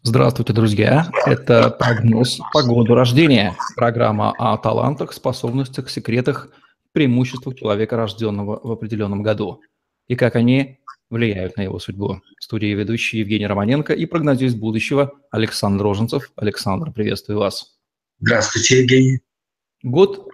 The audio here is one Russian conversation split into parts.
Здравствуйте, друзья! Это прогноз по году рождения. Программа о талантах, способностях, секретах, преимуществах человека, рожденного в определенном году, и как они влияют на его судьбу. В студии ведущий Евгений Романенко и прогнозист будущего Александр Роженцев. Александр, приветствую вас. Здравствуйте, Евгений. Год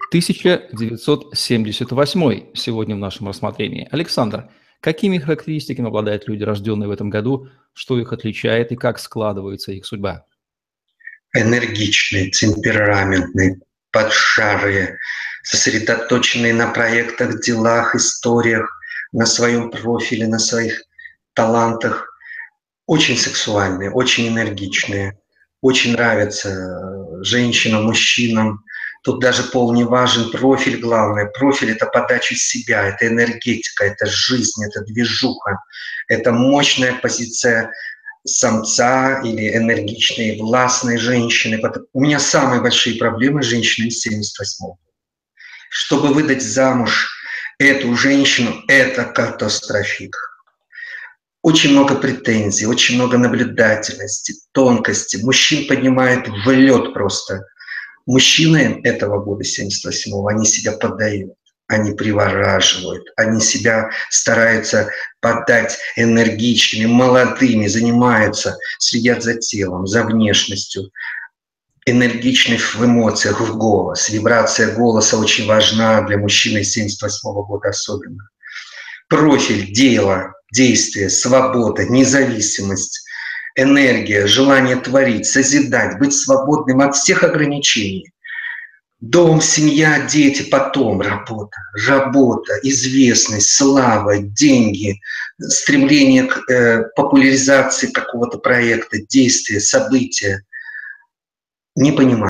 1978 сегодня в нашем рассмотрении. Александр, какими характеристиками обладают люди, рожденные в этом году, что их отличает и как складывается их судьба? Энергичные, темпераментные, поджарые, сосредоточенные на проектах, делах, историях, на своем профиле, на своих талантах. Очень сексуальные, очень энергичные, очень нравятся женщинам, мужчинам. Тут даже пол не важен, профиль главное. Профиль – это подача себя, это энергетика, это жизнь, это движуха, это мощная позиция самца или энергичной, властной женщины. У меня самые большие проблемы с женщиной с 78-го. Чтобы выдать замуж эту женщину, это катастрофик. Очень много претензий, очень много наблюдательности, тонкости. Мужчин поднимает в лед просто. Мужчины этого года, 78-го, они себя поддают, они привораживают, они себя стараются подать энергичными, молодыми, занимаются, следят за телом, за внешностью, энергичны в эмоциях, в голос. Вибрация голоса очень важна для мужчины 78-го года особенно. Профиль, дело, действие, свобода, независимость, энергия, желание творить, созидать, быть свободным от всех ограничений. Дом, семья, дети, потом работа, известность, слава, деньги, стремление к популяризации какого-то проекта, действия, события. Не понимаю.